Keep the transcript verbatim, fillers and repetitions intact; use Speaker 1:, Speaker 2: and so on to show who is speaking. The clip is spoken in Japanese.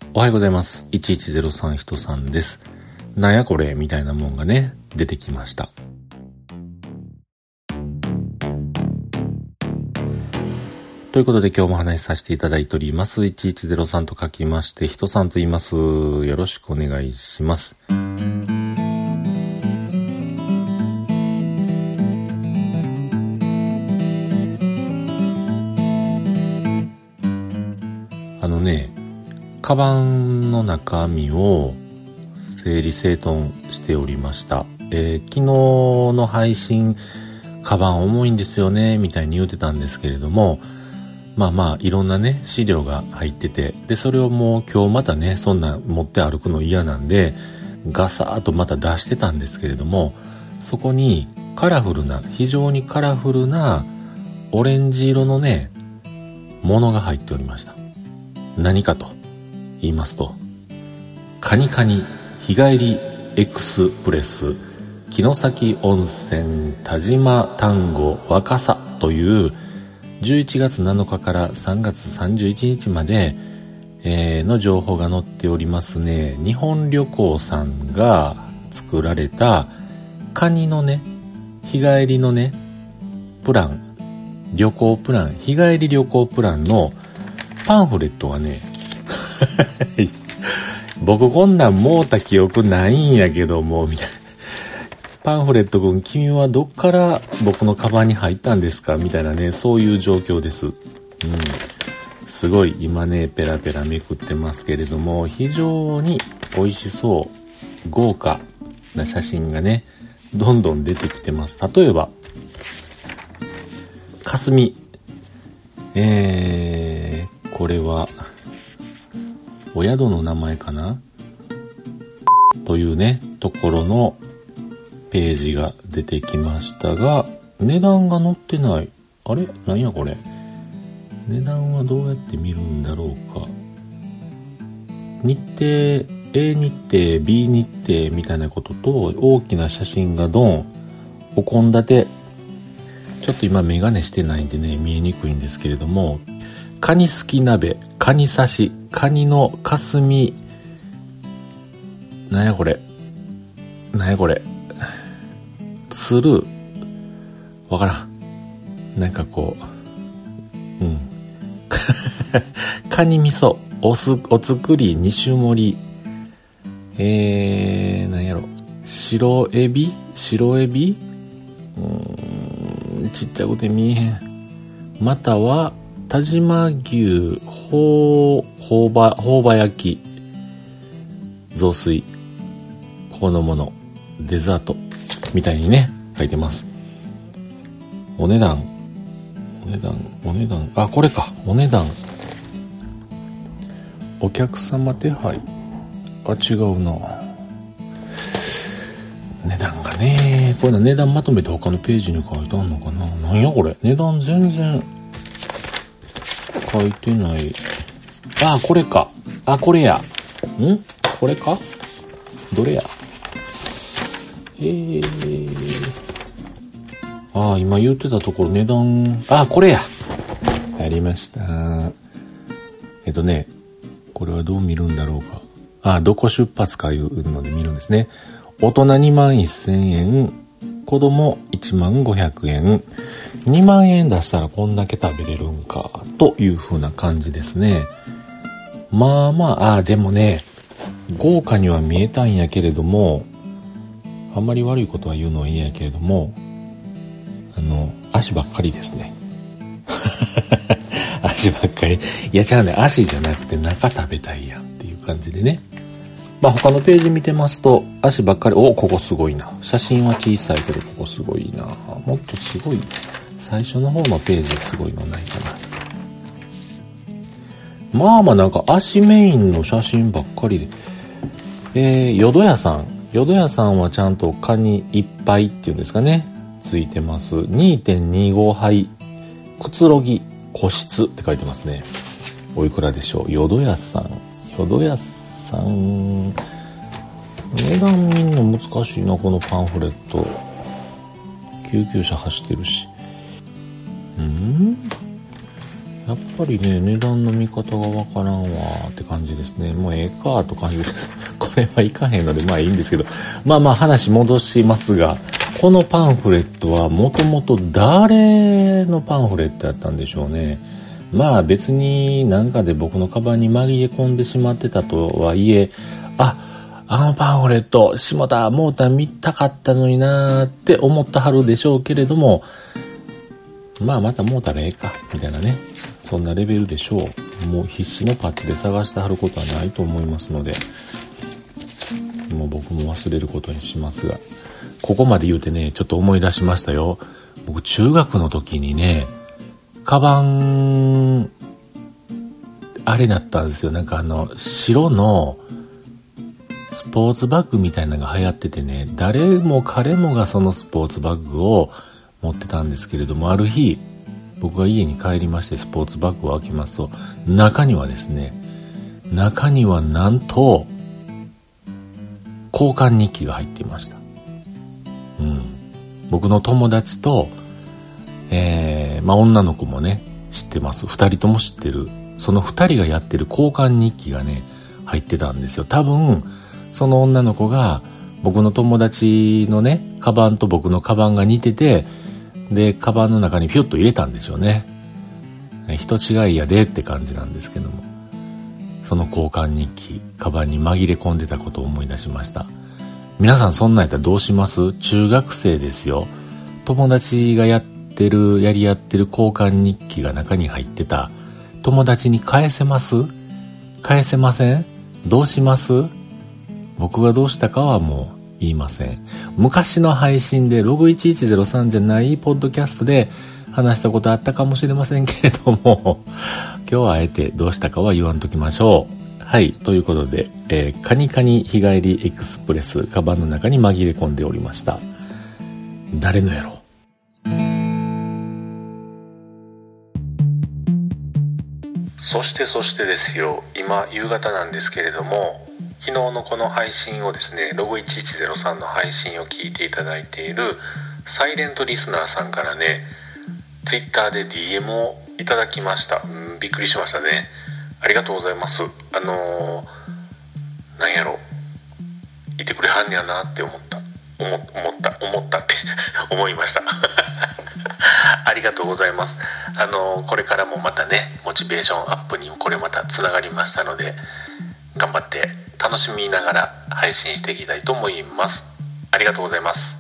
Speaker 1: おはようございます。いちいちゼロさん人さんです。なんやこれみたいなもんがね、出てきました。ということで今日も話しさせていただいております。いちいちゼロさんと書きまして、人さんと言います。よろしくお願いします。あのね、カバンの中身を整理整頓しておりました。えー、昨日の配信、カバン重いんですよね、みたいに言うてたんですけれども、まあまあ、いろんなね、資料が入ってて、で、それをもう今日またね、そんな持って歩くの嫌なんで、ガサーっとまた出してたんですけれども、そこにカラフルな、非常にカラフルなオレンジ色のね、ものが入っておりました。何かと言いますと、カニカニ日帰りエクスプレス城崎温泉田島丹後若狭というじゅういちがつなのかからさんがつさんじゅういちにちまで、えー、の情報が載っておりますね。日本旅行さんが作られたカニのね、日帰りのね、プラン、旅行プラン、日帰り旅行プランのパンフレットがね僕こんなんもうた記憶ないんやけどもみたいな、パンフレット君君はどっから僕のカバンに入ったんですかみたいなね、そういう状況です。うん、すごい今ねペラペラめくってますけれども、非常に美味しそう豪華な写真がねどんどん出てきてます。例えば霞、えー、これはお宿の名前かなというねところのページが出てきましたが、値段が載ってない。あれなんやこれ、値段はどうやって見るんだろうか。日程 A 日程 B 日程みたいなことと大きな写真がドン、お献立、ちょっと今メガネしてないんでね見えにくいんですけれども、カニすき鍋、カニ刺し、カニの霞、なんやこれなんやこれつる、わからん、なんかこう、うんカニ味噌、おすお作りに種盛り、えー、なんやろ、白エビ白エビ、うーん、ちっちゃくて見えへん。または但馬牛ほうほうばほうば焼き、雑炊、このもの、デザートみたいにね書いてます。お値段お値段お値段あ、これか、お値段、お客様手配、あ、違うな、値段がね、これの値段まとめて他のページに書いてあるのかな。なんやこれ、値段全然書いてない。あ、これか、あ、これやん、これか、どれや、えー、ああ、今言ってたところ値段、あ、これや、ありました。えっとね、これはどう見るんだろうか。あ、どこ出発かいうので見るんですね。大人にまんせんえん、子供いちまんごひゃくえん、にまんえん出したらこんだけ食べれるんかという風な感じですね。まあまあ、あ、でもね、豪華には見えたんやけれども、あんまり悪いことは言うのはいいんやけれども、あの足ばっかりですね足ばっかり、いや、じゃあね、足じゃなくて中食べたいやんっていう感じでね。まあ他のページ見てますと足ばっかり、お、ここすごいな、写真は小さいけどここすごいな、もっとすごい最初の方のページすごいのないかな。まあまあなんか足メインの写真ばっかりで、えー、淀屋さん淀屋さんはちゃんとカニいっぱいっていうんですかね、ついてます。 にてんにご 杯くつろぎ個室って書いてますね。おいくらでしょう。淀屋さん淀屋さん、値段見んの難しいな、このパンフレット。救急車走ってるし、うん、 やっぱりね、値段の見方がわからんわって感じですね。もうええかと感じです。これはいかへんのでまあいいんですけど、まあまあ話戻しますが、このパンフレットはもともと誰のパンフレットやったんでしょうね。まあ別になんかで僕のカバンに紛れ込んでしまってたとはいえ、あ、あのパンフレット下田モーター見たかったのになーって思ったはるでしょうけれども、まあまたモーターでええかみたいなね、そんなレベルでしょう。もう必死のパッチで探してはることはないと思いますので、もう僕も忘れることにしますが、ここまで言うてね、ちょっと思い出しましたよ。僕中学の時にね、カバンあれだったんですよ。なんかあの白のスポーツバッグみたいなのが流行っててね、誰も彼もがそのスポーツバッグを持ってたんですけれども、ある日僕が家に帰りまして、スポーツバッグを開けますと、中にはですね、中にはなんと交換日記が入っていました。うん、僕の友達と、えー、まあ女の子もね知ってます。二人とも知ってる。その二人がやってる交換日記がね入ってたんですよ。多分その女の子が僕の友達のねカバンと僕のカバンが似てて、でカバンの中にピュッと入れたんですよね。人違いやでって感じなんですけども、その交換日記カバンに紛れ込んでたことを思い出しました。皆さんそんなんやったらどうします？中学生ですよ。友達がやってるやり合ってる交換日記が中に入ってた。友達に返せます？返せません？どうします？僕がどうしたかはもう言いません。昔の配信でログいちいちゼロさんじゃないポッドキャストで話したことあったかもしれませんけれども、今日はあえてどうしたかは言わんときましょう。はい、ということで、えー、カニカニ日帰りエクスプレスカバンの中に紛れ込んでおりました。誰のやろ？そしてそしてですよ、今夕方なんですけれども、昨日のこの配信をですね、ログいちいちゼロさんの配信を聞いていただいているサイレントリスナーさんからね、ツイッターで ディーエム をいただきました。うん、びっくりしましたね。ありがとうございます。あのー、なんやろ、いてくれはんねやなって思った思, 思った思ったって思いましたありがとうございます。あのー、これからもまたね、モチベーションアップにこれまたつながりましたので、頑張って楽しみながら配信していきたいと思います。ありがとうございます。